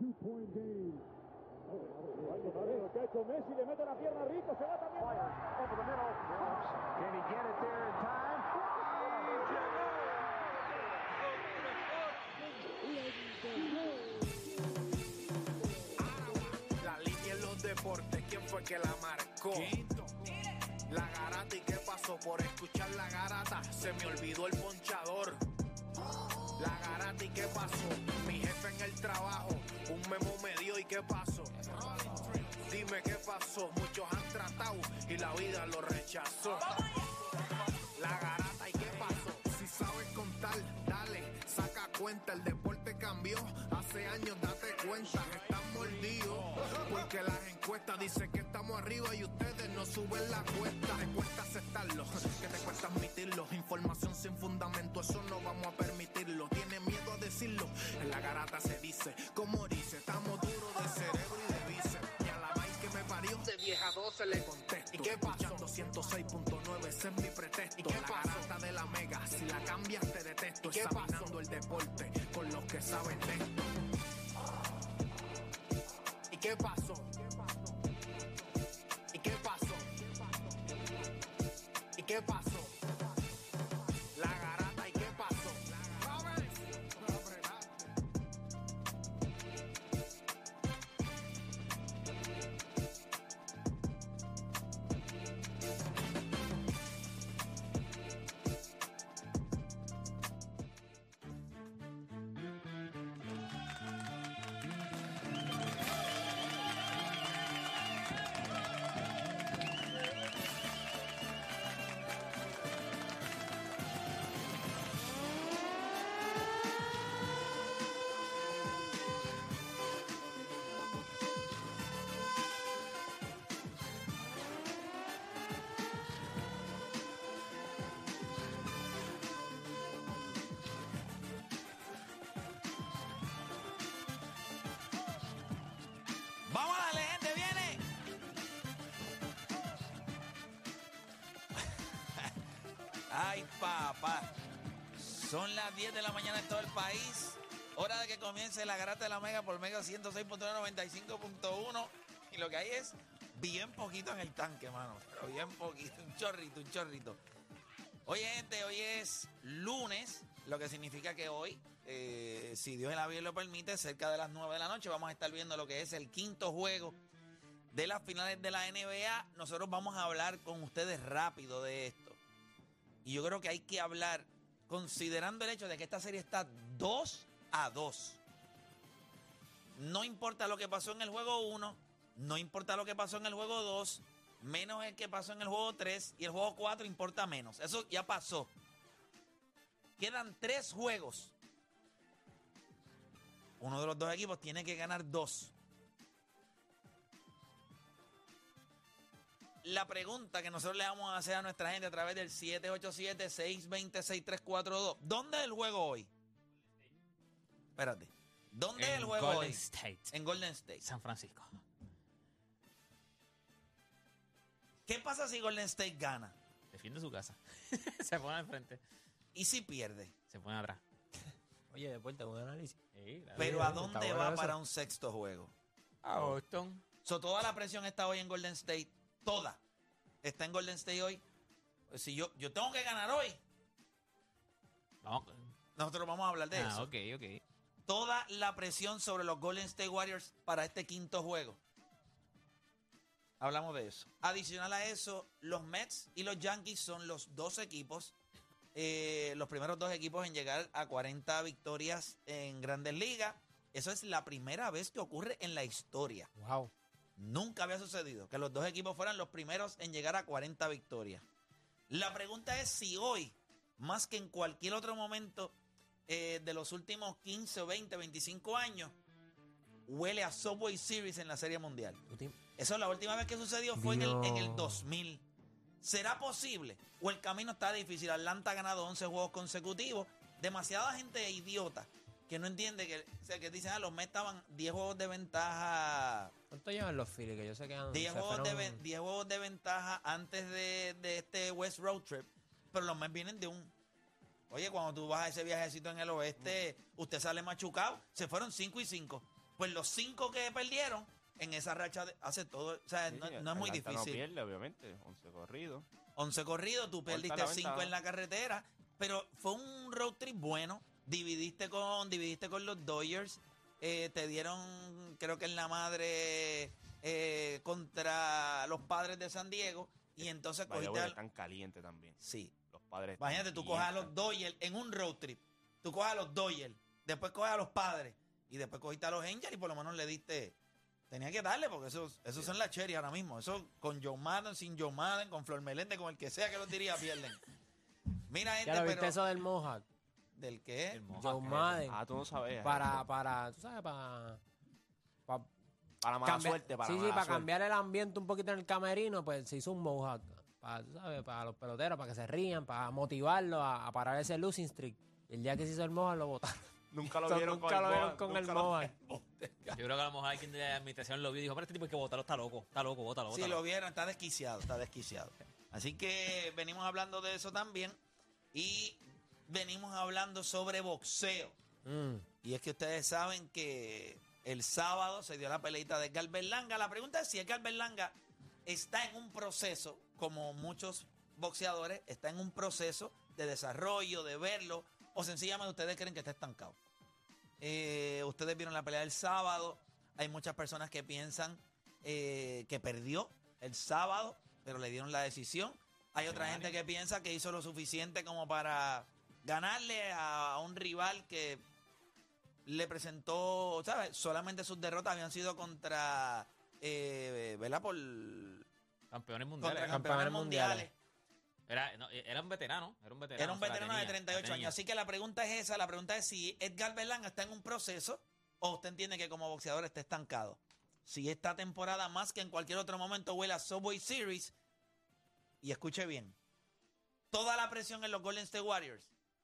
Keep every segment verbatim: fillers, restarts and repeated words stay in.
two-point game. Muchacho, Messi le mete la pierna rico, se va también. Over the middle. Can he get it there in time? La línea en los deportes, ¿quién fue que la marcó? Quinto. La garata, ¿y qué pasó? Por escuchar la garata, se me olvidó el ponchador. La garata, ¿y qué pasó? Mi jefe en el trabajo, un memo me dio, ¿y qué pasó? Dime qué pasó, muchos han tratado y la vida lo rechazó. La garata, ¿y qué pasó? Si sabes contar, dale, saca cuenta, el deporte cambió, hace años date cuenta, están mordidos, porque las encuestas dicen que estamos arriba y ustedes no suben la cuesta. Te cuesta aceptarlo, que te cuesta admitirlo, información sin fundamento, eso no vamos a permitirlo. Tiene miedo a decirlo, en la garata se dice, como dice, estamos duros de cerebro y de bíceps. Me parió de vieja doce le contesto. ¿Y qué pasó? ciento seis punto nueve, ese es mi pretexto. ¿Y qué la pasó? Garata de la mega, si la cambias te detesto. ¿Y qué pasó? El deporte con los que saben de esto. ¿Y qué pasó? ¿Y qué pasó? ¿Y qué pasó? La garata, ¿y qué pasó? ¡Vamos a darle, gente! ¡Viene! ¡Ay, papá! Son las diez de la mañana en todo el país. Hora de que comience la garata de la Mega por Mega ciento seis punto noventa y cinco punto uno. Y lo que hay es bien poquito en el tanque, mano. Pero bien poquito. Un chorrito, un chorrito. Oye, gente, hoy es lunes, lo que significa que hoy, eh, si Dios en la vida lo permite, cerca de las nueve de la noche, vamos a estar viendo lo que es el quinto juego de las finales de la N B A. Nosotros vamos a hablar con ustedes rápido de esto. Y yo creo que hay que hablar considerando el hecho de que esta serie está dos a dos. No importa lo que pasó en el juego uno, no importa lo que pasó en el juego dos, menos el que pasó en el juego tres, y el juego cuatro importa menos. Eso ya pasó. Quedan tres juegos. Uno de los dos equipos tiene que ganar dos. La pregunta que nosotros le vamos a hacer a nuestra gente a través del siete ocho siete, seis dos cero, seis tres cuatro dos. ¿Dónde es el juego hoy? Espérate. ¿Dónde es el juego Golden hoy? State. En Golden State. San Francisco. ¿Qué pasa si Golden State gana? Defiende su casa. Se pone al frente. ¿Y si pierde? Se pone atrás. Oye, deporte, buen análisis. Sí, claro. ¿Pero a está dónde bueno va eso. para un sexto juego? A Boston. So, toda la presión está hoy en Golden State. Toda. Está en Golden State hoy. Pues si yo, yo tengo que ganar hoy, Vamos. nosotros vamos a hablar de Ah, eso. ok, ok. Toda la presión sobre los Golden State Warriors para este quinto juego. Hablamos de eso. Adicional a eso, los Mets y los Yankees son los dos equipos, eh, los primeros dos equipos en llegar a cuarenta victorias en Grandes Ligas. Eso es la primera vez que ocurre en la historia. Wow. Nunca había sucedido que los dos equipos fueran los primeros en llegar a cuarenta victorias. La pregunta es si hoy, más que en cualquier otro momento eh, de los últimos quince, veinte, veinticinco años, huele a Subway Series en la Serie Mundial. Eso la última vez que sucedió fue en el, en el dos mil. ¿Será posible? ¿O el camino está difícil? Atlanta ha ganado once juegos consecutivos. Demasiada gente idiota que no entiende que, o sea, que dicen, ah, los Mets estaban diez juegos de ventaja. ¿Cuánto llevan los Phillies? Que yo sé que han, diez se juegos, de, fueron- ven- diez juegos de ventaja antes de, de este West Road Trip. Pero los Mets vienen de un... Oye, cuando tú vas a ese viajecito en el oeste, usted sale machucado. Se fueron cinco y cinco. Pues los cinco que perdieron en esa racha de- hace todo. O sea, Sí, no, sí, no es muy Atlanta difícil. No pierde, obviamente. once corridos. once corridos, tú Corta perdiste la cinco ventaja. en la carretera, pero fue un road trip bueno. Dividiste con, dividiste con los Dodgers. Eh, te dieron, creo que en la madre eh, contra los Padres de San Diego. Y entonces By the cogiste way, al- están calientes también. Sí. Los padres. Imagínate, están tú coges a bien los Dodgers en un road trip. Tú coges a los Dodgers, después coges a los Padres y después cogiste a los Angels y por lo menos le diste. Tenía que darle porque esos, esos son la cherry ahora mismo. Eso con Joe Madden, sin Joe Madden, con Flor Meléndez, con el que sea que los diría, pierden. Mira, gente, ¿Ya lo viste pero. eso del Mohawk? ¿Del qué? El Mohawk, Joe eh. Madden. Ah, tú no sabes. Para, para, tú sabes, para... para Para mala cambiar- suerte, para sí, mala sí, para suerte. cambiar el ambiente un poquito en el camerino, pues se hizo un Mohawk. Para, tú sabes, para los peloteros, para que se rían, para motivarlos a, a parar ese losing streak. El día que se hizo el Mohawk lo botaron. Nunca lo So, vieron nunca con lo el vieron Mohawk, con el nunca lo- Mohawk. Yo creo que a lo mejor alguien de la administración lo vio y dijo, pero este tipo hay que votarlo, está loco, está loco, bótalo, Sí, bótalo. lo vieron, está desquiciado, está desquiciado. Así que venimos hablando de eso también y venimos hablando sobre boxeo. Mm. Y es que ustedes saben que el sábado se dio la peleita de Edgar Berlanga. La pregunta es si Edgar Berlanga está en un proceso, como muchos boxeadores, está en un proceso de desarrollo, de verlo, o sencillamente ustedes creen que está estancado. Eh, ustedes vieron la pelea del sábado. Hay muchas personas que piensan eh, que perdió el sábado, pero le dieron la decisión. Hay otra gente que piensa que hizo lo suficiente como para ganarle a un rival que le presentó, ¿sabes? Solamente sus derrotas habían sido contra, eh, ¿verdad? Por Campeones contra mundiales. Campeones campeones mundiales. mundiales. Era, no, era un veterano, era un veterano. Era un o sea, la veterano de tenía, treinta y la ocho tenía. años. Así que la pregunta es esa. La pregunta es si Edgar Berlanga está en un proceso o usted entiende que como boxeador está estancado. Si esta temporada más que en cualquier otro momento huele a Subway Series. Y escuche bien. Toda la presión en los Golden State Warriors.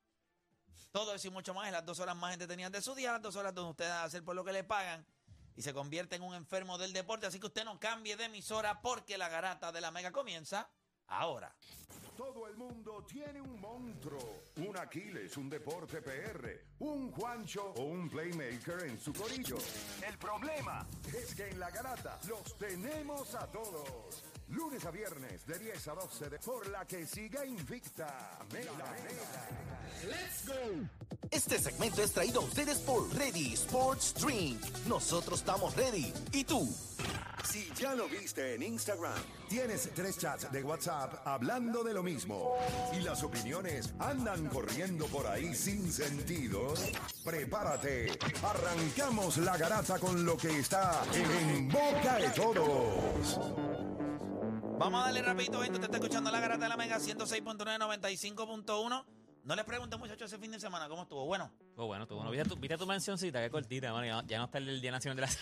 Todo eso y mucho más en las dos horas más entretenidas de su día. Las dos horas donde usted va a hacer por lo que le pagan. Y se convierte en un enfermo del deporte. Así que usted no cambie de emisora porque la garata de la Mega comienza ahora. Todo el mundo tiene un monstruo, un Aquiles, un Deporte P R, un Juancho o un Playmaker en su corillo. El problema es que en La Garata los tenemos a todos. Lunes a viernes de diez a doce de por la que siga invicta. Mega, mega. ¡Let's go! Este segmento es traído a ustedes por Ready Sports Drink. Nosotros estamos ready. ¿Y tú? Si ya lo viste en Instagram, tienes tres chats de WhatsApp hablando de lo mismo y las opiniones andan corriendo por ahí sin sentido, prepárate. Arrancamos La Garata con lo que está en boca de todos. Vamos a darle rapidito, gente. Usted está escuchando la garata de la Mega ciento seis punto nueve, noventa y cinco punto uno. No les pregunté, muchachos, ese fin de semana, ¿cómo estuvo? Bueno. Oh, bueno, tú, bueno, ¿viste tu, viste tu mencioncita? Qué cortita, mano. Ya, ya no está el, el Día Nacional de la...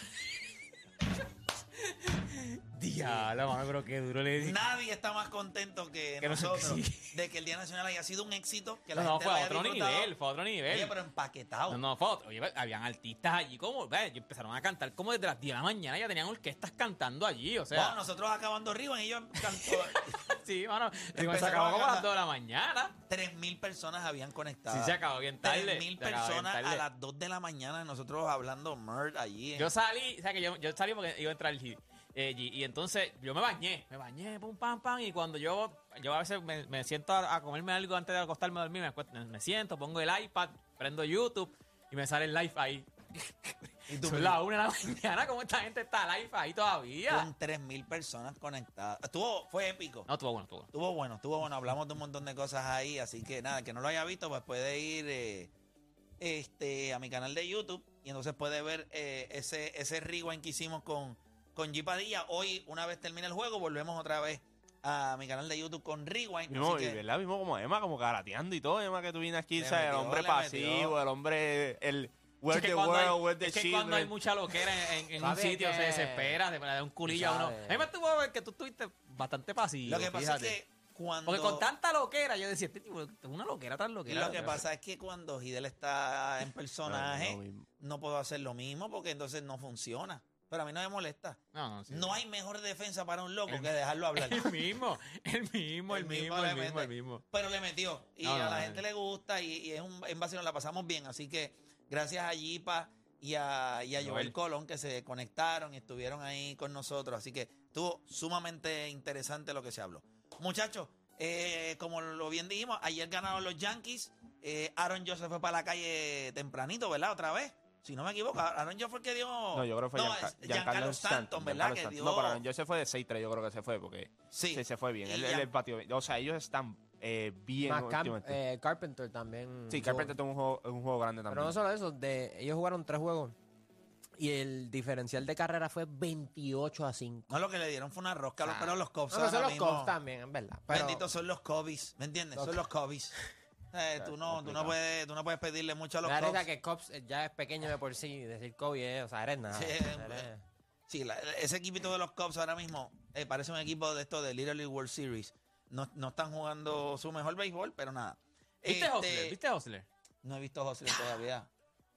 Diablo, mami, pero qué duro le di. Nadie está más contento que, Que nosotros nosotros, sí. de que el Día Nacional haya sido un éxito, que la No, no, gente fue lo a haya otro disfrutado. nivel, fue a otro nivel. Oye, pero empaquetado. No, no, fue a otro. Oye, habían artistas allí como, ve, y empezaron a cantar como desde las diez de la mañana, ya tenían orquestas cantando allí, o sea. Bueno, nosotros acabando arriba y ellos cantó. Sí, mano, Empezaron se acabó a como a las cantar. dos de la mañana. Tres mil personas habían conectado. Sí, se acabó bien tarde. Tres mil se acabó bien personas tarde. a las dos de la mañana, nosotros hablando merd allí. en- Yo salí, o sea que yo, yo salí porque iba a entrar el G, eh, G, y entonces yo me bañé, me bañé, pum, pam, pam, y cuando yo, yo a veces me, me siento a, a comerme algo antes de acostarme a dormir, me, acuesto- me siento, pongo el iPad, prendo YouTube y me sale el live ahí. Y tú, Son las una de la mañana, ¿cómo esta gente está live ahí todavía? con tres mil personas conectadas. Estuvo, fue épico. No, estuvo bueno, estuvo bueno. Estuvo bueno, estuvo bueno. Hablamos de un montón de cosas ahí, así que nada, el que no lo haya visto, pues puede ir eh, este, a mi canal de YouTube y entonces puede ver eh, ese, ese rewind que hicimos con, con G Padilla. Hoy, una vez termine el juego, volvemos otra vez a mi canal de YouTube con rewind. Vimos, así y que, ¿verdad? Vimos como Emma, como karateando y todo. Emma, que tú vienes aquí, Le ¿sabes? El metió, hombre le pasivo, metió. el hombre, el Es where's que, the cuando world, hay, where's the es que cuando hay children. mucha loquera en, en un ¿Sabes sitio que- se desespera, se da un culillo a uno. ¿Sabes? A mí me estuvo a ver que tú estuviste bastante pasivo. lo que pasa fíjate. es que cuando... Porque con tanta loquera, yo decía, este tipo es una loquera tan loquera. Lo que pasa es que cuando Hidel está en personaje, No, no, no, no puedo hacer lo mismo porque entonces no funciona. Pero a mí no me molesta. No, no, sí. No hay mejor defensa para un loco El- que dejarlo hablar. El mismo, el mismo, el El mismo, mismo le el mismo, mete. el mismo. Pero le metió. Y No, a no, la no, gente no. le gusta y, y es un en vacío, la pasamos bien. Así que gracias a Yipa y a, y a Joel Joel. Colón, que se conectaron y estuvieron ahí con nosotros. Así que estuvo sumamente interesante lo que se habló. Muchachos, eh, como lo bien dijimos, ayer ganaron los Yankees. Eh, Aaron Joseph fue para la calle tempranito, ¿verdad? Otra vez. Si no me equivoco, Aaron Joseph fue el que dio... No, yo creo que fue Gianca- es Giancarlo Stanton, ¿verdad? Giancarlo Que Stanton. dio... No, pero yo se fue de seis tres, yo creo que se fue, porque Sí. sí, se fue bien. Y Él, ya- él el patio, o sea, ellos están eh, bien Más Cam- últimamente. eh, Carpenter también. Sí, jugó. Carpenter tuvo un juego, un juego grande también. Pero no solo eso, de, ellos jugaron tres juegos y el diferencial de carrera fue veintiocho a cinco. No, lo que le dieron fue una rosca, Ah. pero los Cubs No, pero son ahora los mismo- Cubs también, en verdad. Pero, Benditos son los Cubs, ¿me entiendes? Los Son los Cubs. Eh, tú, no, tú, no puedes, tú no puedes pedirle mucho a los me da Cubs. risa que Cubs ya es pequeño de por sí, decir Kobe, es, o sea, eres nada. Sí, eres- Sí, la- ese equipito de los Cubs ahora mismo eh, parece un equipo de esto de Little League World Series. No, no están jugando su mejor béisbol, pero nada. ¿Viste Este, Hustler? ¿Viste Hustler? No he visto Hustler todavía.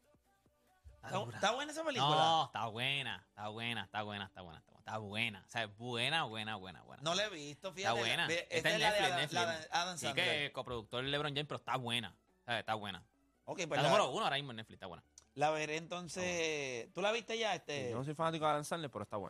¿Está, dura. está buena esa película? No, está buena, está buena, está buena, está buena, está buena. Está buena, o sea, es buena, buena, buena, buena. No la he visto, Está fíjate. buena. Ve, Está esta en es la de Netflix, Adam, Netflix. la de Adam Sí Sandler. que coproductor LeBron James, pero está buena. O sea, está buena. Ok, pues La la, número uno ahora mismo en Netflix, está buena. la veré entonces. ¿Tú la viste ya? Este? Yo no soy fanático de Adam Sandler, pero está bueno.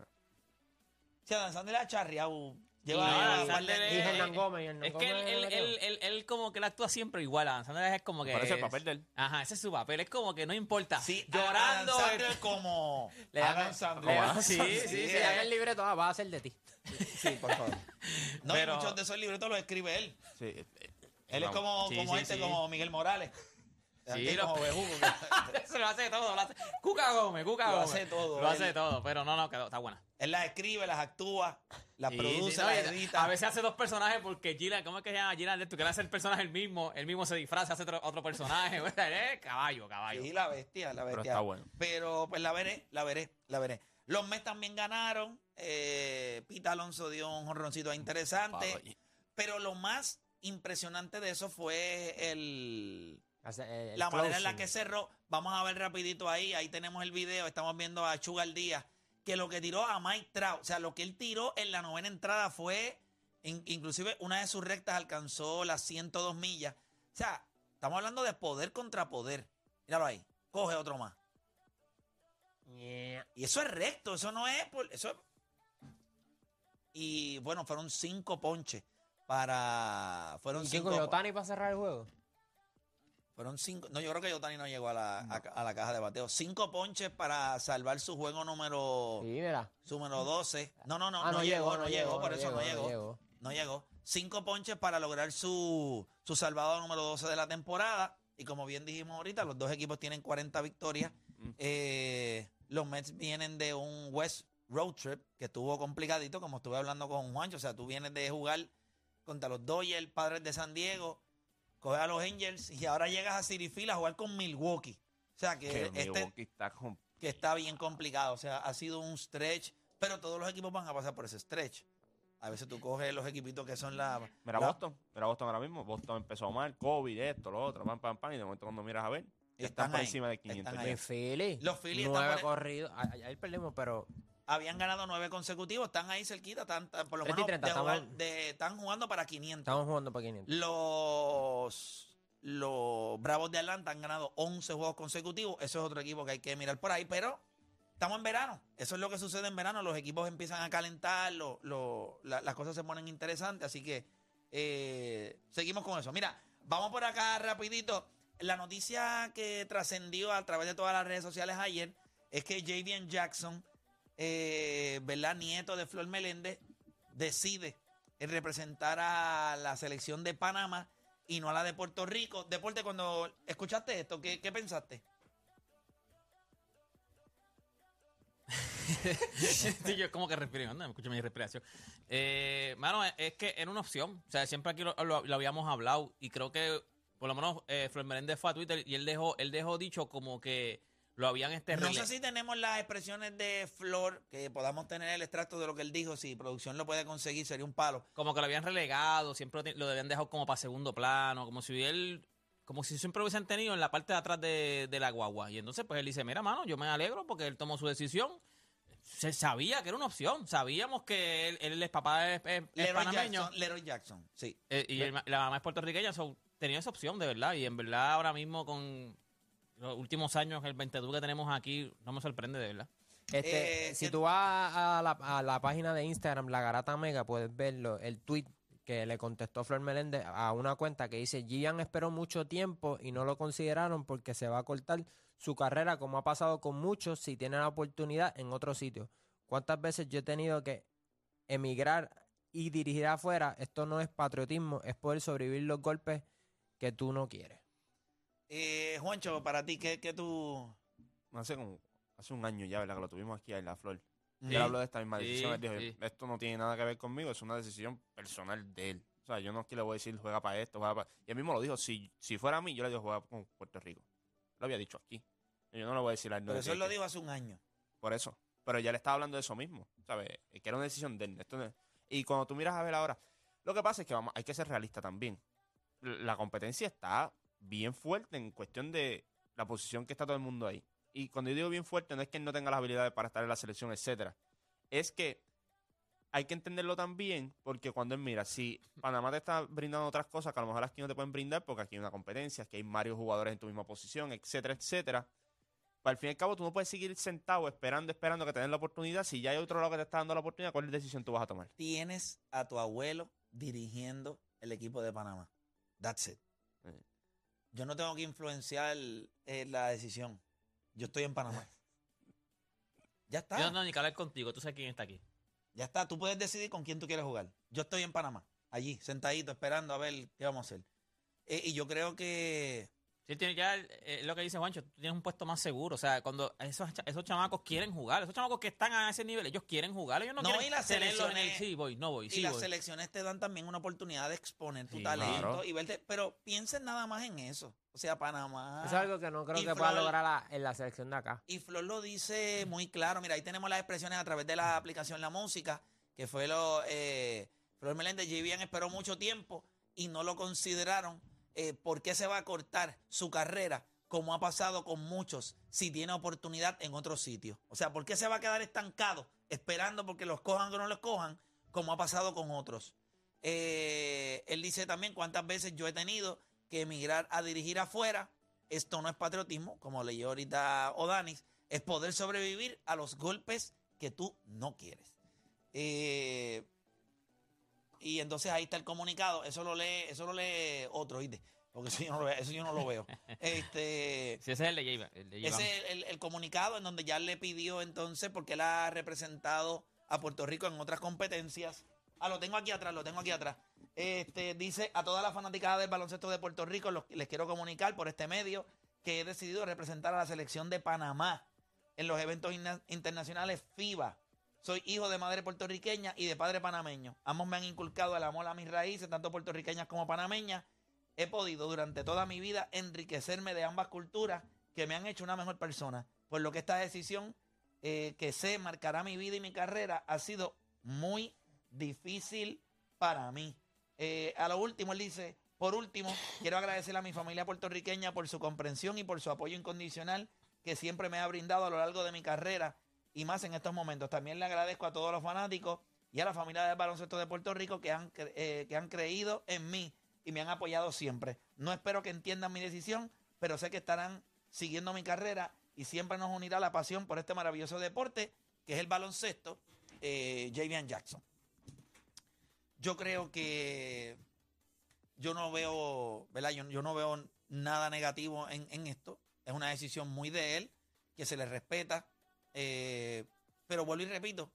Sí, Adam Sandler ha charreado. Lleva Y un Adam par de- Sandler Y es- Hernán Gómez, y Hernán Es que él, Gómez él, metió. él, él, él como que él actúa siempre igual. Adam Sandler es como que... Por eso el papel de él. Ajá, ese es su papel. Es como que no importa. Sí, Llorando. Adam Sandler como Le dan- Adam le Sandler. dan- Sí, sí, sí. Si dan el libreto, ah, va a ser de ti. Sí, por favor. No, y Pero- muchos de esos libretos los escribe él. Sí, eh, eh, Él es vamos. como, Sí, como sí, este, sí. como Miguel Morales. Sí, Aquí lo- como Bejuco. Se lo hace todo. Lo hace. Cuca Gómez, Cuca Lo Gómez. hace todo, Lo él. hace todo. Pero no, no, quedó, está buena. Él las escribe, las actúa, las Sí, produce, sí, no, las y edita. A veces hace dos personajes porque Gila, ¿cómo es que se llama? Gila Alberto, que él hace el personaje el mismo, él mismo se disfraza, hace otro, otro personaje. eh, caballo, caballo. Sí, la bestia, la bestia. Pero está bueno. Pero pues la veré, la veré, la veré. Los Mets también ganaron. Eh, Pete Alonso dio un jonroncito interesante. Palo allí. Pero lo más impresionante de eso fue el... Hace- eh, el la manera en la closing. que cerró. Vamos a ver rapidito ahí. Ahí tenemos el video. Estamos viendo a Sugar Díaz. Que lo que tiró a Mike Trout. O sea, lo que él tiró en la novena entrada fue... in- inclusive una de sus rectas alcanzó las ciento dos millas. O sea, estamos hablando de poder contra poder. Míralo ahí. Coge otro más. Yeah. Y eso es recto. Eso no es... Por, eso es- Y bueno, fueron cinco ponches para... Fueron ¿Y quién cinco... cogió Otani para cerrar el juego? Fueron cinco. No, yo creo que Yotani no llegó a la, a, a la caja de bateo. Cinco ponches para salvar su juego número, Sí, mira. su número doce. No, no, no, Ah, no, llegó, no llegó, por eso no llegó. llegó. No llegó. Cinco ponches para lograr su, su salvado número doce de la temporada. Y como bien dijimos ahorita, los dos equipos tienen cuarenta victorias. Mm. Eh, los Mets vienen de un West Road Trip que estuvo complicadito, como estuve hablando con Juancho. O sea, tú vienes de jugar contra los Dodgers, Padres de San Diego, coges a los Angels y ahora llegas a Citi Field a jugar con Milwaukee. O sea, que, Que este, Milwaukee está con- que está bien complicado. O sea, ha sido un stretch, pero todos los equipos van a pasar por ese stretch. A veces tú coges los equipitos que son la... Mira la- Boston, mira Boston ahora mismo. Boston empezó mal, COVID, esto, lo otro, pam, pam, pam. Y de momento cuando miras a ver, ya Están están por ahí, encima de quinientos. están ya. ahí. En Philly. Los Phillies están Nueve por- corridos. A- a- Ayer perdimos, pero Habían ganado nueve consecutivos, están ahí cerquita, están, están por lo treinta y menos treinta, de jugar- estamos- de- están jugando para quinientos. estamos jugando para quinientos. Los, los Bravos de Atlanta han ganado once juegos consecutivos. Eso es otro equipo que hay que mirar por ahí, pero estamos en verano. Eso es lo que sucede en verano. Los equipos empiezan a calentar, lo- lo- la- las cosas se ponen interesantes, así que eh, seguimos con eso. Mira, vamos por acá rapidito. La noticia que trascendió a través de todas las redes sociales ayer es que Javian Jackson, eh, ¿verdad? Nieto de Flor Meléndez, decide eh, representar a la selección de Panamá y no a la de Puerto Rico. Deporte, cuando escuchaste esto, ¿qué, qué pensaste? Sí, yo como que respiro, ¿no? Me escucho mi respiración. Eh, mano, es que era una opción. O sea, siempre aquí lo, lo- lo habíamos hablado y creo que por lo menos eh, Flor Meléndez fue a Twitter y él dejó, él dejó dicho como que lo habían este No rele- sé si tenemos las expresiones de Flor, que podamos tener el extracto de lo que él dijo. Si producción lo puede conseguir, sería un palo. como que lo habían relegado, siempre lo, te- lo habían dejado como para segundo plano, como si él, como si siempre lo hubiesen tenido en la parte de atrás de, de la guagua. Y entonces pues él dice, mira, mano, yo me alegro porque él tomó su decisión. Se sabía que era una opción, sabíamos que él, él es papá, es, es- es Leroy panameño. Jackson, Leroy Jackson, sí. Eh, y el ma- la mamá es puertorriqueña, so, tenía esa opción de verdad. Y en verdad ahora mismo con los últimos años, el veintidós que tenemos aquí, no me sorprende de verdad. Este, Eh, si que- tú vas a la, a la página de Instagram, La Garata Mega, puedes verlo, el tweet que le contestó Flor Meléndez a una cuenta que dice: Gian esperó mucho tiempo y no lo consideraron porque se va a cortar su carrera, como ha pasado con muchos si tiene la oportunidad en otro sitio. ¿Cuántas veces yo he tenido que emigrar y dirigir afuera? Esto no es patriotismo, es poder sobrevivir los golpes que tú no quieres. Eh, Juancho, para ti, ¿qué, qué tú...? Hace como, hace un año ya, ¿verdad? Que lo tuvimos aquí en La Flor. Sí. Él habló de esta misma Sí, decisión. Él dijo, sí. esto no tiene nada que ver conmigo, es una decisión personal de él. O sea, yo no es que le voy a decir, juega para esto, juega para... Y él mismo lo dijo, si, si fuera a mí, yo le digo, juega con Puerto Rico. Lo había dicho aquí. Yo no le voy a decir a él. no Pero es eso que- él lo dijo hace un año. Por eso. Pero ya le estaba hablando de eso mismo, ¿sabes? Que era una decisión de él. Esto no- Y cuando tú miras a ver ahora, lo que pasa es que vamos, hay que ser realista también. L- La competencia está bien fuerte en cuestión de la posición que está todo el mundo ahí. Y cuando yo digo bien fuerte, no es que él no tenga las habilidades para estar en la selección, etcétera. Es que hay que entenderlo también, porque cuando él mira, si Panamá te está brindando otras cosas que a lo mejor aquí no te pueden brindar, porque aquí hay una competencia, que hay varios jugadores en tu misma posición, etcétera, etcétera. Pues al fin y al cabo, tú no puedes seguir sentado esperando, esperando que te den la oportunidad. Si ya hay otro lado que te está dando la oportunidad, ¿cuál decisión tú vas a tomar? Tienes a tu abuelo dirigiendo el equipo de Panamá. That's it. Sí. Yo no tengo que influenciar eh, la decisión. Yo estoy en Panamá. Ya está. Yo no tengo ni que hablar contigo, tú sabes quién está aquí. Ya está. Tú puedes decidir con quién tú quieres jugar. Yo estoy en Panamá, allí, sentadito, esperando a ver qué vamos a hacer. Eh, y yo creo que... Sí, tiene ya eh, lo que dice Juancho, tú tienes un puesto más seguro. O sea, cuando esos, cha- esos chamacos quieren jugar, esos chamacos que están a ese nivel, ellos quieren jugar. Ellos no, No, quieren y las tenerlo en el selecciones- sí, voy, no voy, y sí las voy. selecciones te dan también una oportunidad de exponer tu Sí, talento claro. y verte. Pero piensen nada más en eso. O sea, Panamá. Eso es algo que no creo y que pueda Flor- lograr la- en la selección de acá. Y Flor lo dice muy claro. Mira, ahí tenemos las expresiones a través de la aplicación La Música, que fue lo. Eh, Flor Meléndez, J B N esperó mucho tiempo y no lo consideraron. Eh, ¿Por qué se va a cortar su carrera? Como ha pasado con muchos, si tiene oportunidad en otro sitio. O sea, ¿por qué se va a quedar estancado esperando porque los cojan o no los cojan, como ha pasado con otros? Eh, él dice también cuántas veces yo he tenido que emigrar a dirigir afuera. Esto no es patriotismo, como leyó ahorita Odanis, es poder sobrevivir a los golpes que tú no quieres. Eh, y entonces ahí está el comunicado. Eso lo lee, eso lo lee otro, ¿oíste? Porque eso yo no lo veo. Eso yo no lo veo. Este, Sí, ese es el de J- el de J- ese es el, el comunicado en donde ya le pidió entonces, porque él ha representado a Puerto Rico en otras competencias. Ah, lo tengo aquí atrás, lo tengo aquí atrás. Este, dice a toda la fanaticada del baloncesto de Puerto Rico, los- les quiero comunicar por este medio que he decidido representar a la selección de Panamá en los eventos inna- internacionales FIBA. Soy hijo de madre puertorriqueña y de padre panameño. Ambos me han inculcado el amor a mis raíces, tanto puertorriqueñas como panameñas. He podido durante toda mi vida enriquecerme de ambas culturas que me han hecho una mejor persona. Por lo que esta decisión eh, que sé marcará mi vida y mi carrera ha sido muy difícil para mí. Eh, a lo último, él dice, por último, quiero agradecer a mi familia puertorriqueña por su comprensión y por su apoyo incondicional que siempre me ha brindado a lo largo de mi carrera y más en estos momentos. También le agradezco a todos los fanáticos y a la familia del baloncesto de Puerto Rico que han, cre- eh, que han creído en mí y me han apoyado siempre. No espero que entiendan mi decisión, pero sé que estarán siguiendo mi carrera y siempre nos unirá la pasión por este maravilloso deporte que es el baloncesto. eh, J B N Jackson. Yo creo que yo no veo, ¿verdad? Yo, yo no veo nada negativo en, en esto. Es una decisión muy de él, que se le respeta. Eh, pero vuelvo y repito,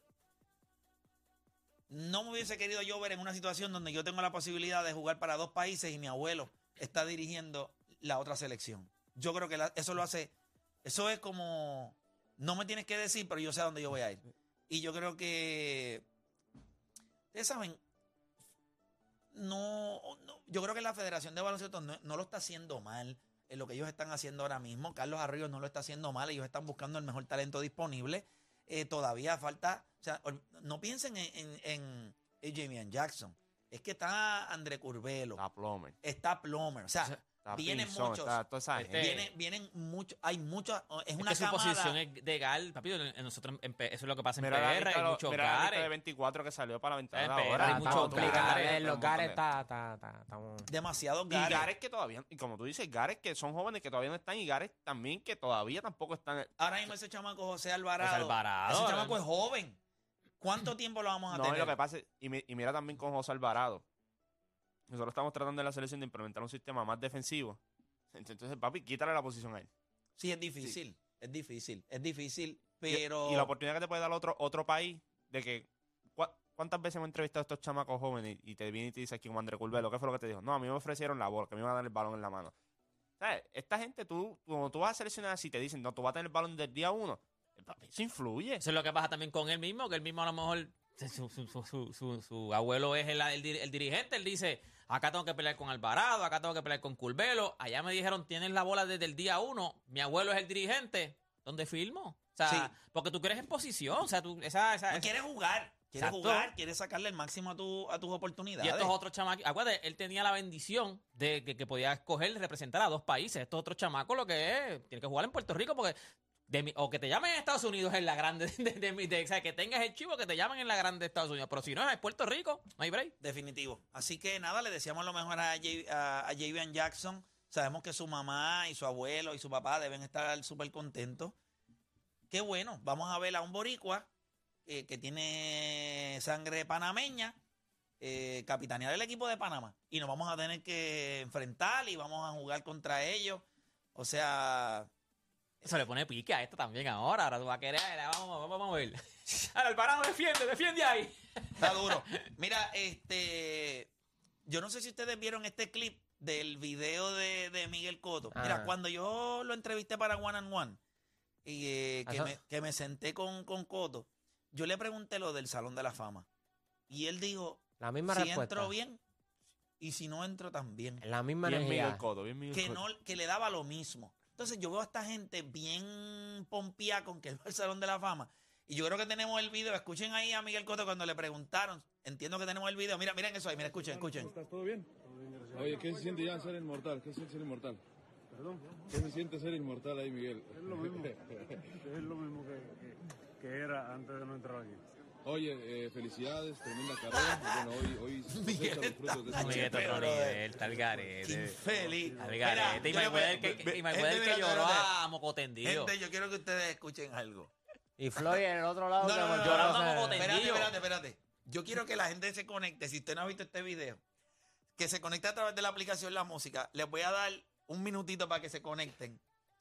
no me hubiese querido yo ver en una situación donde yo tengo la posibilidad de jugar para dos países y mi abuelo está dirigiendo la otra selección. Yo creo que la- eso lo hace, eso es como, no me tienes que decir, pero yo sé a dónde yo voy a ir. Y yo creo que, ustedes saben, no, no, yo creo que la Federación de Baloncesto no, no lo está haciendo mal en lo que ellos están haciendo ahora mismo. Carlos Arroyo no lo está haciendo mal, ellos están buscando el mejor talento disponible. Eh, todavía falta, o sea, ol- no piensen en, en, en, en J B N Jackson. Es que está André Curvelo, La Plomer. está Plomer. O sea, Ese- Está vienen Pinzón, muchos. está toda esa Este- gente. Vienen, vienen muchos, hay muchos, es Es una que su camada. posición es de Gal, papi. en- Nosotros, en P- eso es lo que pasa en Mira la P R, lista, hay lo- muchos mira la lista de Gares. veinticuatro que salió para la ventana En de P R ahora. hay Está- muchos está complicado, Gares, eh, hay Los un Gares montón de- está, está, está, estamos- Demasiados Y Gares. Gares que todavía, y como tú dices, Gares que son jóvenes que todavía no están, y Gares también que todavía tampoco están. Ahora mismo ese chamaco José Alvarado. José Alvarado, Ese eh. chamaco es joven. ¿Cuánto tiempo lo vamos a No, y tener? lo que pasa es- y, mi- y mira también con José Alvarado. Nosotros estamos tratando en la selección de implementar un sistema más defensivo. Entonces, papi, quítale la posición a él. Sí, es difícil. Es difícil. Es difícil. Y- Pero. Y, la oportunidad que te puede dar otro, otro país de que. ¿cu- ¿Cuántas veces hemos entrevistado a estos chamacos jóvenes y, y te viene y te dice aquí como André Curvelo? ¿Qué fue lo que te dijo? No, a mí me ofrecieron la bola, que me iban a dar el balón en la mano. ¿Sabes? Esta gente, tú, cuando tú vas a seleccionar así, te dicen, no, tú vas a tener el balón del día uno. eh, papi, eso influye. Eso es lo que pasa también con él mismo, que él mismo a lo mejor, su, su, su, su, su- su abuelo es el, el, dir- el dirigente, él dice, acá tengo que pelear con Alvarado, acá tengo que pelear con Curvelo, allá me dijeron, tienes la bola desde el día uno, mi abuelo es el dirigente, ¿dónde firmo? O sea, Sí. porque tú quieres en posición, o sea, tú, esa, esa, No esa- quieres jugar. Quieres Exacto. jugar. Quieres sacarle el máximo a, tu, a tus oportunidades. y estos otros chamacos, acuérdate, él tenía la bendición de que, que podía escoger y representar a dos países, estos otros chamacos lo que es, tiene que jugar en Puerto Rico porque... De mi- o que te llamen en Estados Unidos en la grande de, de, mi- de- o sea, que tengas el chivo que te llamen en la grande de Estados Unidos, pero si no es Puerto Rico, no hay break. Definitivo. Así que nada, le deseamos lo mejor a, J- a, a Javian Jackson. Sabemos que su mamá y su abuelo y su papá deben estar súper contentos. Qué bueno. Vamos a ver a un boricua eh, que tiene sangre panameña eh, capitanear el equipo de Panamá. Y nos vamos a tener que enfrentar y vamos a jugar contra ellos. O sea... Eso le pone pique a esto también ahora. Ahora tú vas a querer, vamos, vamos a ver. Ahora Alvarado defiende, defiende ahí. Está duro. Mira, este. Yo no sé si ustedes vieron este clip del video de, de Miguel Cotto. Mira, Ah. cuando yo lo entrevisté para One and One, y eh, que, Eso- me, que me senté con, con Cotto, yo le pregunté lo del Salón de la Fama. Y él dijo: La misma si respuesta. entro bien, y si no entro también. La misma Bien energía. Miguel Cotto, bien Miguel Que, Cotto. no, que le daba lo mismo. Entonces yo veo a esta gente bien pompía con que él va al Salón de la Fama. Y yo creo que tenemos el video. Escuchen ahí a Miguel Cotto cuando le preguntaron. Entiendo que tenemos el video. Mira, miren eso ahí. Mira, escuchen, escuchen. ¿Estás todo bien? Oye, ¿qué se siente ya ser inmortal? ¿Qué es ser inmortal? Perdón, ¿Qué se siente ser inmortal ahí, Miguel? es lo mismo, es lo mismo que, que, que era antes de no entrar aquí. Oye, eh, felicidades, tremenda carrera. Bueno, hoy, hoy se Miguel cosechan los frutos de está- esa Miguel, pero, otro brother, nivel, está el garete. Infeliz. Está el garete. Y Mira, yo le Mayweather voy- que, ve- y Mayweather gente, que mira, lloró espérate. a moco tendido. Gente, yo quiero que ustedes escuchen algo. Y Floyd en el otro lado. No, que no, no, no, llorando volvió a a moco hacer- tendido. Espérate, espérate, espérate. Yo quiero que la gente se conecte. Si usted no ha visto este video, que se conecte a través de la aplicación La Música. Les voy a dar un minutito para que se conecten.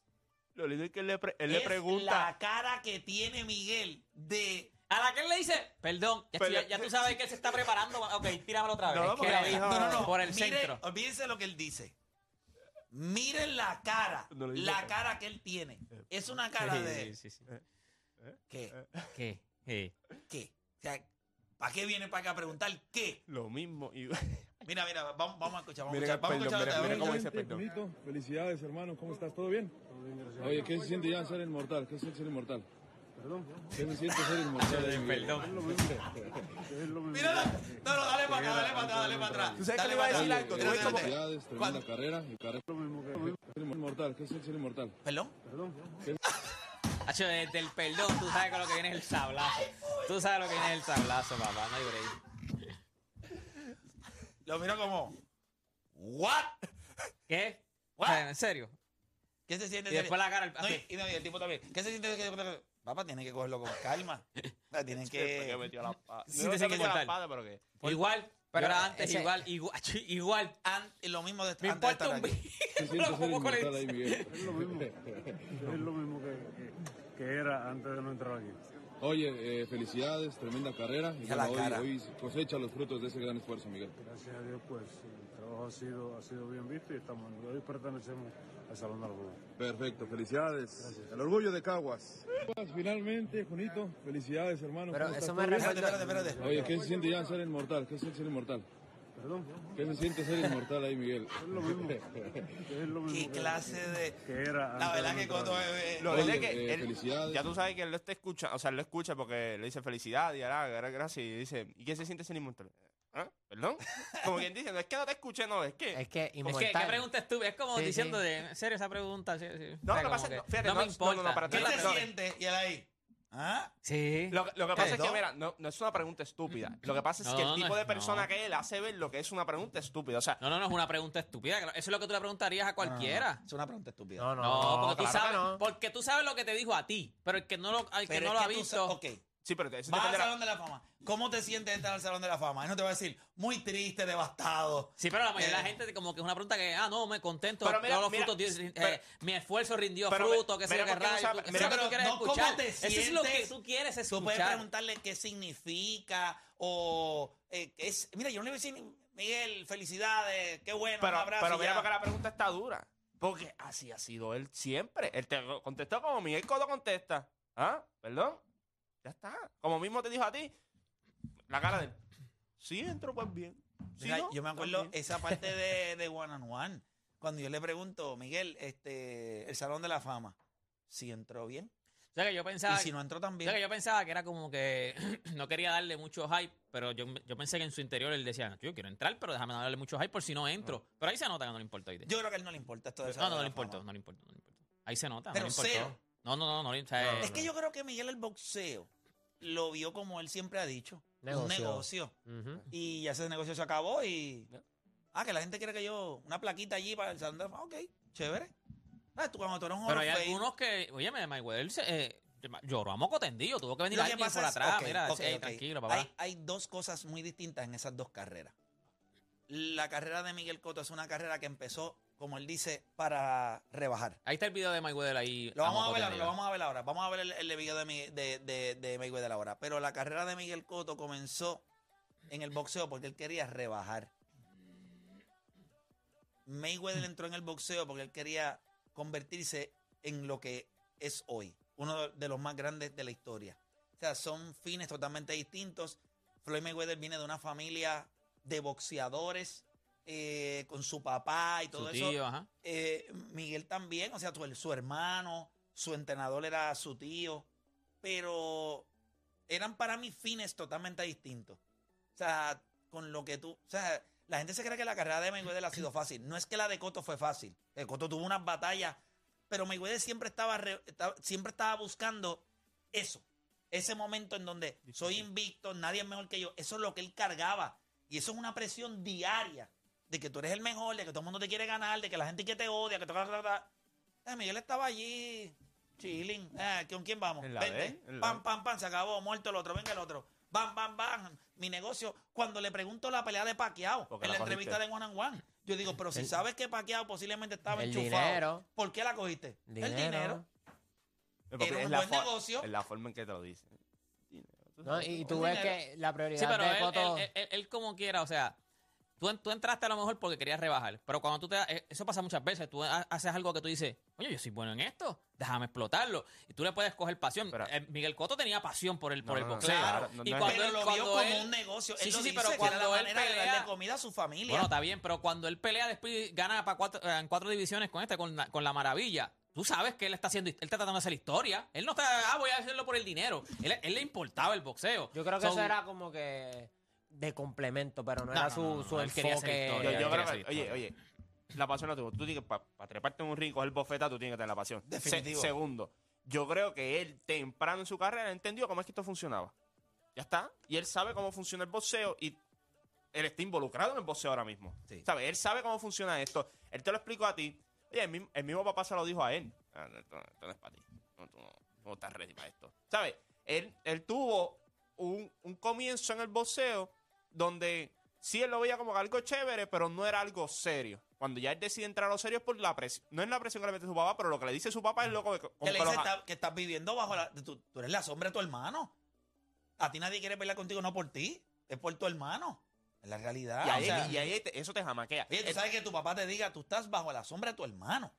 Lo lindo es que él le, pre- él Es le pregunta. la cara que tiene Miguel de... A la que él le dice, perdón, ya, Pero- ya- ya tú sabes que él se está preparando. Ok, tíramelo otra vez. No, no, Es que porque la dijo No, no, no. por el Mire, centro. olvídense lo que él dice. Miren la cara. No lo digo. la cara que él tiene. Es una cara de... Sí, sí, sí. ¿Qué? ¿Qué? Sí. ¿Qué? O sea, ¿para qué viene para acá a preguntar qué? Lo mismo. Y, Mira, mira, vamos, vamos a escuchar. Vamos a Mira, escuchar. Vamos a perdón, escuchar mira, otra mira vez. cómo dice Gente, perdón. Juanito, felicidades, hermano. ¿Cómo estás? ¿Todo bien? Oye, ¿qué se siente ya ser inmortal? ¿Qué es ser inmortal? Perdón, ¿Qué se siente ser inmortal ahí, Miguel? Perdón. es lo mismo. Mira, la- no, no, dale para atrás, dale para atrás, dale para atrás. ¿Tú sabes Dale que le iba a para decir atrás. algo? Mira, Tú ves como- espérate. Felicidades, tremenda ¿Cuándo? carrera. Y carrera Lo mismo que, ser inmortal. ¿Qué es ser inmortal? ¿Perdón? perdón, Hacho, desde el perdón, tú sabes con lo que viene es el sablazo. Tú sabes lo que viene es el sablazo, papá. No hay break. Lo miro como... ¿What? ¿Qué? What? O sea, ¿en serio? ¿Qué se siente? Y después la cara... No, así. y, y no, y el tipo también. ¿Qué se siente? Papá, tiene que cogerlo con calma. O sea, tienen que que... metió la espada. Sí, No te sé sé qué que metió la mortal. espada, pero que. Igual. Pero Pero antes, ese- igual, igual, acho, igual. An- lo mismo de Me antes de importa estar un aquí. ¿Qué se siente ser Como con el- inmortal ahí, Miguel? es lo mismo, es lo mismo que, que, que era antes de no entrar aquí. Oye, eh, felicidades, tremenda carrera. Y Mira la bueno, cara. hoy, hoy cosecha los frutos de ese gran esfuerzo, Miguel. Gracias a Dios, pues el trabajo ha sido, ha sido bien visto y estamos, hoy pertenecemos al Salón de la Fama. Perfecto, felicidades. El orgullo de Caguas. Finalmente, Junito, felicidades, hermano. Pero ¿Cómo eso estás? me ¿Todo bien? Espérate, recuerda. espérate, espérate. Oye, ¿qué se siente ya ser inmortal? ¿Qué es ser inmortal? Perdón, ¿Qué se siente ser inmortal ahí, Miguel? es lo mismo, es lo mismo ¿Qué que, clase de...? que era La antes verdad de que no entrar Coto aquí. es... Lo Oye, lindo es que eh, él- felicidades. ya tú sabes que él lo está escuchando, o sea, él lo escucha porque le dice felicidad y ahora, gracias, y dice, ¿y qué se siente ser inmortal? ¿Ah? ¿Perdón? Como quien dice, no es que no te escuche, no, es que... Es que Es inmortal. que, ¿qué pregunta estúpida? Es como Sí, diciendo sí. de, ¿en serio esa pregunta? Sí, sí. No, O sea, lo que pasa como es que, fíjate, no, no, me no, importa. no, no, para ¿Qué ti, se no, siente? Y él ahí. ¿Ah? Sí. Lo, que- lo que pasa es que, ¿Perdón? mira, no, no es una pregunta estúpida. Lo que pasa es No, que el no tipo es- de persona no. que él hace ver lo que es una pregunta estúpida. O sea, No, no, no es una pregunta estúpida. Eso es lo que tú le preguntarías a cualquiera. No, no, no. Es una pregunta estúpida. No, no, No, porque, tú claro que sabes, no. porque tú sabes lo que te dijo a ti, pero el que no lo, el que Pero no es lo ha que tú visto. sa- ok, sí, pero eso vas al depende de la- Salón de la Fama. ¿Cómo te sientes de estar al Salón de la Fama? Él no te va a decir, muy triste, devastado. Sí, pero la mayoría de la Eh, gente como que es una pregunta que, ah, no, me contento, Pero mira, todos los mira, frutos, dio- eh, pero- mi esfuerzo rindió pero fruto, mira, que sé yo mira qué por qué no rayo. sabe- Eso mira, es lo que pero tú quieres no cómo escuchar. te Eso es lo que sientes. tú quieres Tú puedes escuchar. preguntarle qué significa o... eh, qué es, mira, yo no le voy a decir, Miguel, felicidades, qué bueno, Pero, un abrazo. pero y mira ya. porque la pregunta está dura. Porque así ha sido él siempre. Él te contestó como Miguel Cotto contesta. ¿Ah? ¿Perdón? Ya está. Como mismo te dijo a ti, la cara de él. Si entro, pues bien. Si Mira, no, yo me acuerdo también. esa parte de, de One on One, cuando yo le pregunto, Miguel, este, el Salón de la Fama, si entró bien O sea que yo pensaba, y si no entró tan o bien. sea que yo pensaba que era como que no quería darle mucho hype, pero yo, yo pensé que en su interior él decía, yo quiero entrar, pero déjame darle mucho hype por si no entro. Pero ahí se nota que no le importa. ¿oíste? Yo creo que a él no le importa esto del No, Salón no, de no la le importa, Fama. no le importa, no le importa. Ahí se nota, Pero no le importó. cero. No, no, no, no, le- o sea, No, Es que yo creo que Miguel el boxeo lo vio como él siempre ha dicho, un Negocio. negocio. Ujú. Y ya ese negocio se acabó y... Ah, que la gente quiere que yo... Una plaquita allí para el Salón de la Fama. Ok, chévere. Ah, tú cuando tú eres un Pero Hall hay of Fame- algunos que, oye, Mayweather se, eh, lloró a moco tendido, tuvo que venir Lo que alguien pasa por es- atrás, ok, mira, ok, sí, ok. tranquilo, papá. Hay, hay dos cosas muy distintas en esas dos carreras. La carrera de Miguel Cotto es una carrera que empezó, como él dice, para rebajar. Ahí está el video de Mayweather ahí. Lo vamos a moco ver ahora, tendido. lo vamos a ver ahora. Vamos a ver el, el video de, Mi- de, de, de Mayweather ahora. Pero la carrera de Miguel Cotto comenzó en el boxeo porque él quería rebajar. Mayweather entró en el boxeo porque él quería convertirse en lo que es hoy. Uno de los más grandes de la historia. O sea, son fines totalmente distintos. Floyd Mayweather viene de una familia de boxeadores eh, con su papá y todo Su eso. tío, ajá. Eh, Miguel también, o sea, su, su hermano, su entrenador era su tío, pero eran para mí fines totalmente distintos. O sea, con lo que tú, o sea, la gente se cree que la carrera de Mayweather ha sido fácil. No es que la de Cotto fue fácil. El Cotto tuvo unas batallas, pero Mayweather siempre estaba, re- estaba- siempre estaba buscando eso. Ese momento en donde soy invicto, nadie es mejor que yo. Eso es lo que él cargaba. Y eso es una presión diaria de que tú eres el mejor, de que todo el mundo te quiere ganar, de que la gente que te odia, que te... Eh, Miguel estaba allí, chilling. Eh, ¿con quién vamos? En la Vente. de él, en la Pam, de- pam, pam, se acabó, muerto el otro, venga el otro. Bam, bam, bam. Mi negocio, cuando le pregunto la pelea de Pacquiao Porque en la la entrevista cogiste. de One and One, yo digo, pero si El- sabes que Pacquiao posiblemente estaba El enchufado, dinero. ¿por qué la cogiste? El Dinero. dinero. Porque Era un es la buen for- negocio. Es la forma en que te lo dicen. ¿No? Y tú El ves dinero. que la prioridad Sí, pero de él, Cotto... él- él- él como quiera, o sea, tú, en- tú entraste a lo mejor porque querías rebajar, pero cuando tú te... eh, Eso pasa muchas veces, tú ha- haces algo que tú dices, oye, yo soy bueno en esto, déjame explotarlo. Y tú le puedes coger pasión. Pero- Eh, Miguel Cotto tenía pasión por el, por No, el no, no, boxeo. claro, no, y no es- cuando Pero él, lo vio cuando como él- un negocio. Sí, él sí, lo sí, dice, pero que cuando era la él manera de pelea- darle comida a su familia. Bueno, está bien, pero cuando él pelea después gana para cuatro, eh, en cuatro divisiones con este, con la, con la maravilla, tú sabes que él está haciendo, él está tratando de hacer historia. Él no está, ah, voy a hacerlo por el dinero. Él, él le importaba el boxeo. Yo creo que So, eso era como que de complemento, pero no, No, era no, su, no, no, su él quería hacer enfoque. Yo, historia, yo ya creo quería que, hacer oye, oye, la pasión la tuvo. Tú tienes que, para treparte en un ring y coger bofeta, tú tienes que tener la pasión. Definitivo. Se- segundo, yo creo que él, temprano en su carrera, entendió cómo es que esto funcionaba. Ya está. Y él sabe cómo funciona el boxeo y él está involucrado en el boxeo ahora mismo. Sí. ¿Sabes? Él sabe cómo funciona esto. Él te lo explicó a ti. Oye, el mismo, el mismo papá se lo dijo a él. Ah, no, esto, esto no es para ti. No, tú no, tú no estás ready para esto. ¿Sabes? Él, él tuvo un, un comienzo en el boxeo donde sí él lo veía como algo chévere, pero no era algo serio. Cuando ya él decide entrar a lo serio es por la presión. No es la presión que le mete su papá, pero lo que le dice su papá es loco. Como Que le que dice los- está- que estás viviendo bajo la... Tú, tú eres la sombra de tu hermano. A ti nadie quiere pelear contigo, no por ti. Es por tu hermano. Es la realidad. y ahí, o sea, y ahí te- eso te jamaquea. oye, tú Él- sabes que tu papá te diga, tú estás bajo la sombra de tu hermano.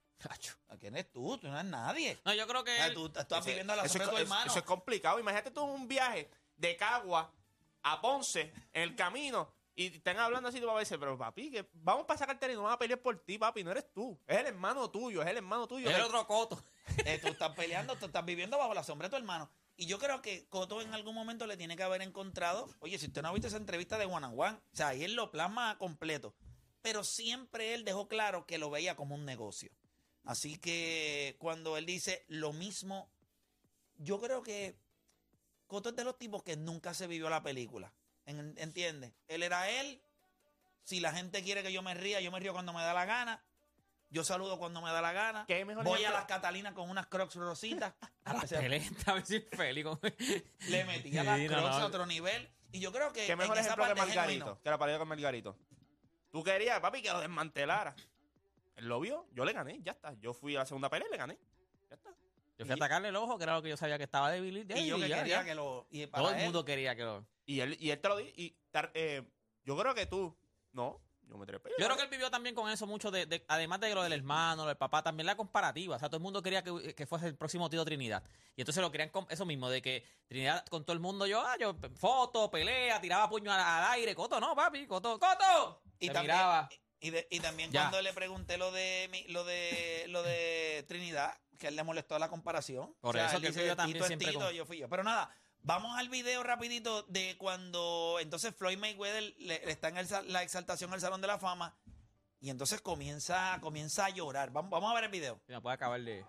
¿A quién eres tú? Tú no eres nadie. No, yo creo que O sea, él- tú estás Eso- viviendo a la eso sombra es, de tu eso- hermano. eso es complicado. Imagínate tú un viaje de Cagua a Ponce en el camino y te están hablando así. Tu papá dice, pero papi, que vamos para sacarte y no van a pelear por ti, papi. No eres tú. Es el hermano tuyo, es el hermano tuyo. es el otro Coto. Eh, tú estás peleando, tú estás viviendo bajo la sombra de tu hermano. Y yo creo que Cotto en algún momento le tiene que haber encontrado, oye, si usted no ha visto esa entrevista de One and One, o sea, ahí él lo plasma completo. Pero siempre él dejó claro que lo veía como un negocio. Así que cuando él dice lo mismo, yo creo que Cotto es de los tipos que nunca se vivió la película. En- ¿Entiendes? Él era él. Si la gente quiere que yo me ría, yo me río cuando me da la gana. Yo saludo cuando me da la gana. ¿Qué mejor Voy a ejemplo? las Catalinas con unas crocs rositas. A la O sea, peleta, a ver si es feliz. con- le metía las Sí, no, crocs no. a otro nivel. Y yo creo que ¿Qué mejor en esa ejemplo que parte es Margarito? genuino. Que la pareja con Margarito. Tú querías, papi, que lo desmantelara. Él lo vio, yo le gané, ya está. Yo fui a la segunda pelea y le gané. Ya está. Yo fui a atacarle el ojo, que era lo que yo sabía que estaba débil. Y yo que ya, quería ya. que lo... Y para Todo el él, mundo quería que lo... Y él, y él te lo di. Y tar- eh, yo creo que tú. No, yo me trepé. Yo creo que él vivió también con eso mucho, de, de- además de lo del hermano, lo del papá, también la comparativa. O sea, todo el mundo quería que, que fuese el próximo Tito Trinidad. Y entonces lo querían con eso mismo, de que Trinidad con todo el mundo, yo, ah, yo, foto, pelea, tiraba puño al, al aire. Coto, no, papi, Coto, ¡Coto! Y Se también, miraba. y, de- y también Ya. cuando le pregunté lo de mi- lo de lo de Trinidad, que a él le molestó la comparación. Por O sea, eso él que él dice, vivió también Tito es siempre Tito, con- yo fui yo. Pero nada, vamos al video rapidito de cuando entonces Floyd Mayweather le, le está en el sa- la exaltación al Salón de la Fama y entonces comienza, comienza a llorar. Vamos, vamos a ver el video. Sí, me puede acabar de...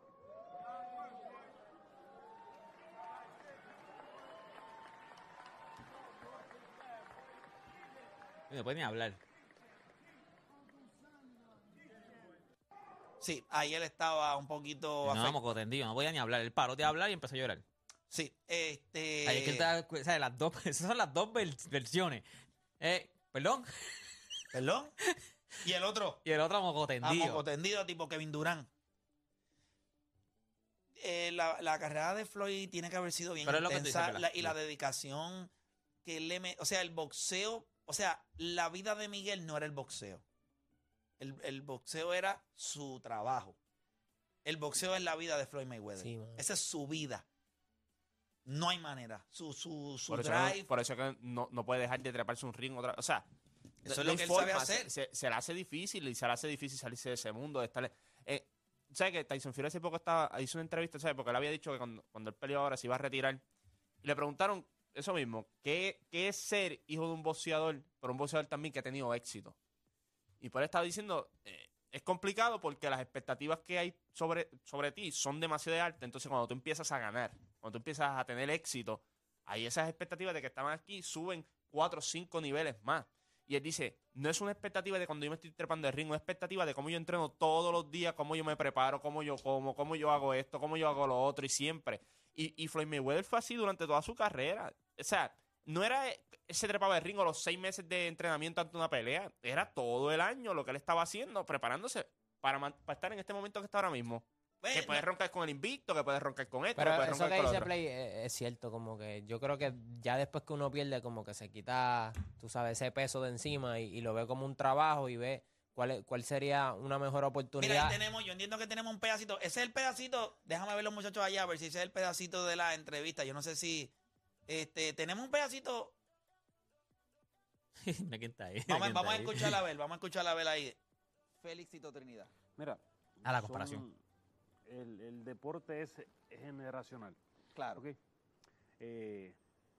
No puede ni hablar. Sí, ahí él estaba un poquito No, afectado. mocotendido, no podía ni hablar. Él paró de hablar y empezó a llorar. Sí, este... Ahí es que él estaba- o sea, las dos, esas son las dos vers- versiones. Eh, perdón. ¿Perdón? Y el otro... Y el otro A mocotendido. moco tendido, tipo Kevin Durant. Eh, la, la carrera de Floyd tiene que haber sido bien Pero es lo que tú intensa. dices, ¿verdad? la- y la dedicación que él le me- O sea, el boxeo. O sea, la vida de Miguel no era el boxeo. El, el boxeo era su trabajo. El boxeo es la vida de Floyd Mayweather. Sí, mano. Esa es su vida. No hay manera. Su, su, su Por eso, drive. que, por eso que no, no puede dejar de treparse un ring otra. O sea, Eso no es lo hay que él forma, sabe hacer. Se, se- se le hace difícil y se le hace difícil salirse de ese mundo. De estar, eh, ¿sabes que Tyson Fury hace poco estaba, hizo una entrevista, ¿sabes? Porque él había dicho que cuando, cuando él peleó ahora se iba a retirar. Y le preguntaron eso mismo: ¿qué, qué es ser hijo de un boxeador, pero un boxeador también que ha tenido éxito? Y por él estaba diciendo, eh, es complicado porque las expectativas que hay sobre, sobre ti son demasiado altas. Entonces, cuando tú empiezas a ganar, cuando tú empiezas a tener éxito, ahí esas expectativas de que estaban aquí suben cuatro o cinco niveles más. Y él dice, no es una expectativa de cuando yo me estoy trepando el ring, una expectativa de cómo yo entreno todos los días, cómo yo me preparo, cómo yo como, cómo yo hago esto, cómo yo hago lo otro y siempre. Y, y Floyd Mayweather fue así durante toda su carrera. O sea, no era ese trepaba el ring o los seis meses de entrenamiento ante una pelea, era todo el año lo que él estaba haciendo, preparándose para, man- para estar en este momento que está ahora mismo. Pues, Que puedes roncar con el invicto, que puedes roncar con esto, Pero que puedes eso roncar que con lo dice otro. Play es, es cierto, como que yo creo que ya después que uno pierde, como que se quita, tú sabes, ese peso de encima y, y lo ve como un trabajo y ve cuál, es- cuál sería una mejor Mira, oportunidad. ahí tenemos, yo entiendo que tenemos un pedacito. Ese es el pedacito, déjame ver los muchachos allá, a ver si ese es el pedacito de la entrevista. Yo no sé si este tenemos un pedacito. Mira quién está ahí. mira Vamos, quién vamos a está ahí. escuchar a ver, vamos a escuchar a ver ahí. Félix Tito Trinidad. Mira. A la son- comparación. El, el deporte es generacional. Claro. ¿Ok? Eh,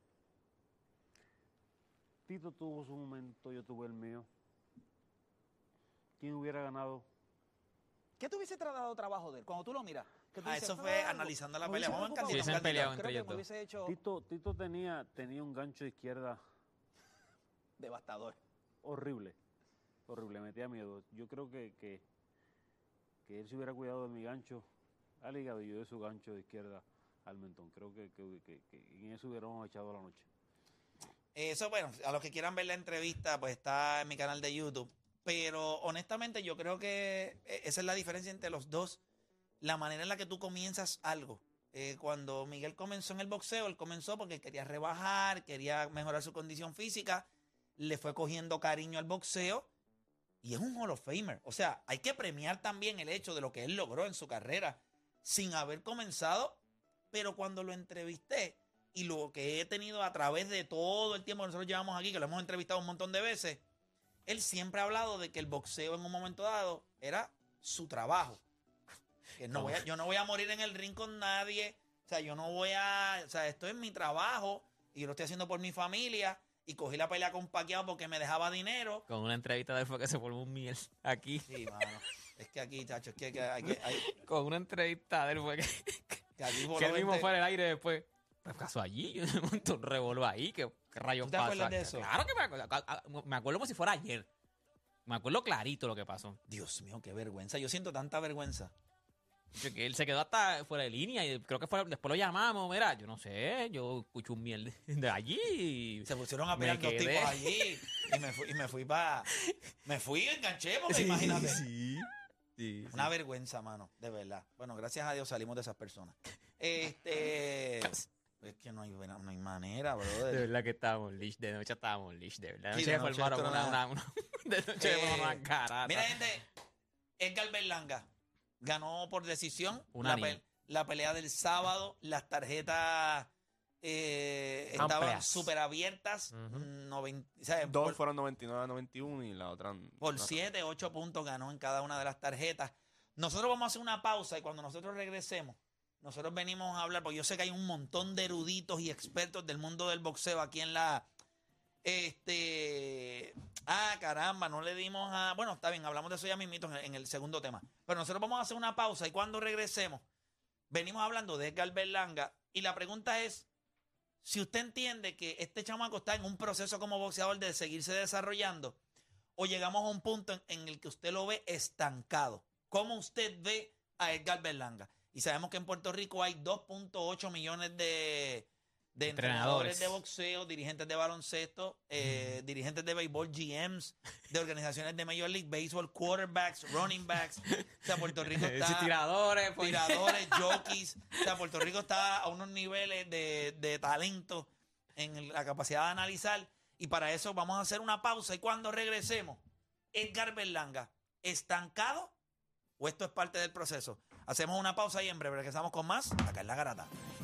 Tito tuvo su momento, yo tuve el mío. ¿Quién hubiera ganado? ¿Qué te hubiese tratado trabajo de él? Cuando tú lo miras. que tú Ah, dices, eso fue "Ah, analizando la me pelea. hubiese Vamos en preocupado". Sí, se han cantidad. peleado Creo entre que ellos me dos. hubiese hecho Tito, Tito tenía, tenía un gancho de izquierda devastador. horrible. Horrible, metía miedo. Yo creo que, que, que él se hubiera cuidado de mi gancho al hígado y yo de su gancho de izquierda al mentón. Creo que, que, que- que en eso hubiéramos echado la noche. Eso, bueno, a los que quieran ver la entrevista, pues está en mi canal de YouTube. Pero honestamente yo creo que eh, esa es la diferencia entre los dos. La manera en la que tú comienzas algo. Eh, cuando Miguel comenzó en el boxeo, él comenzó porque quería rebajar, quería mejorar su condición física, le fue cogiendo cariño al boxeo y es un Hall of Famer. O sea, hay que premiar también el hecho de lo que él logró en su carrera sin haber comenzado, pero cuando lo entrevisté y lo que he tenido a través de todo el tiempo que nosotros llevamos aquí, que lo hemos entrevistado un montón de veces, él siempre ha hablado de que el boxeo en un momento dado era su trabajo. Que no voy a- yo no voy a morir en el ring con nadie. O sea, yo no voy a... O sea, esto es mi trabajo y yo lo estoy haciendo por mi familia y cogí la pelea con Pacquiao porque me dejaba dinero. Con una entrevista de él fue que se formó un miel aquí. Sí, mano. Es que aquí, chacho, es que, que hay que... Hay, Con una entrevista de él fue que, que aquí que voló él mismo gente- fue en el aire después. ¿Qué pasó allí? Yo me monté un revolvo ahí. ¿Qué, qué rayos ¿Tú te pasó? acuerdas de aquí? eso? Claro que me acuerdo. A- a- Me acuerdo como si fuera ayer. Me acuerdo clarito lo que pasó. Dios mío, qué vergüenza. Yo siento tanta vergüenza. Yo que él se quedó hasta fuera de línea y creo que fue, después lo llamamos. Mira, yo no sé, yo escuché un miel de, de allí. y Se pusieron a me pelear dos quedé. tipos allí y me fui, y me fui para... Me fui y enganché porque imagínate. Sí, sí, Una vergüenza, mano, de verdad. Bueno, gracias a Dios salimos de esas personas. Este... Es que no hay, no hay manera, De brother. verdad que estábamos lish, de noche estábamos lish, de verdad. De Sí, noche de me noche formaron esto una, no una, era- una- de noche me Eh, formaron una carata. Mira, gente, Edgar Berlanga ganó por decisión la, Unánime. pe- la pelea del sábado. Las tarjetas eh, estaban Amplias. súper abiertas. Ujú. noventa, o sea, Dos por, fueron noventa y nueve a noventa y uno y la otra... por no. siete, ocho puntos ganó en cada una de las tarjetas. Nosotros vamos a hacer una pausa y cuando nosotros regresemos, nosotros venimos a hablar, porque yo sé que hay un montón de eruditos y expertos del mundo del boxeo aquí en la... Este... Ah, caramba, no le dimos a... Bueno, está bien, hablamos de eso ya mismito en el, en el segundo tema. Pero nosotros vamos a hacer una pausa y cuando regresemos, venimos hablando de Edgar Berlanga y la pregunta es, si usted entiende que este chamaco está en un proceso como boxeador de seguirse desarrollando o llegamos a un punto en, en el que usted lo ve estancado. ¿Cómo usted ve a Edgar Berlanga? Y sabemos que en Puerto Rico hay dos punto ocho millones de, de entrenadores Entrenadores. de boxeo, dirigentes de baloncesto, eh, dirigentes de béisbol, G Ms, de organizaciones de Major League Baseball, quarterbacks, running backs. O sea, Puerto Rico Sí, está... tiradores, pues. tiradores, jockeys. O sea, Puerto Rico está a unos niveles de, de talento en la capacidad de analizar. Y para eso vamos a hacer una pausa. Y cuando regresemos, Edgar Berlanga, ¿estancado o esto es parte del proceso? Hacemos una pausa y en breve regresamos con más acá en La Garata.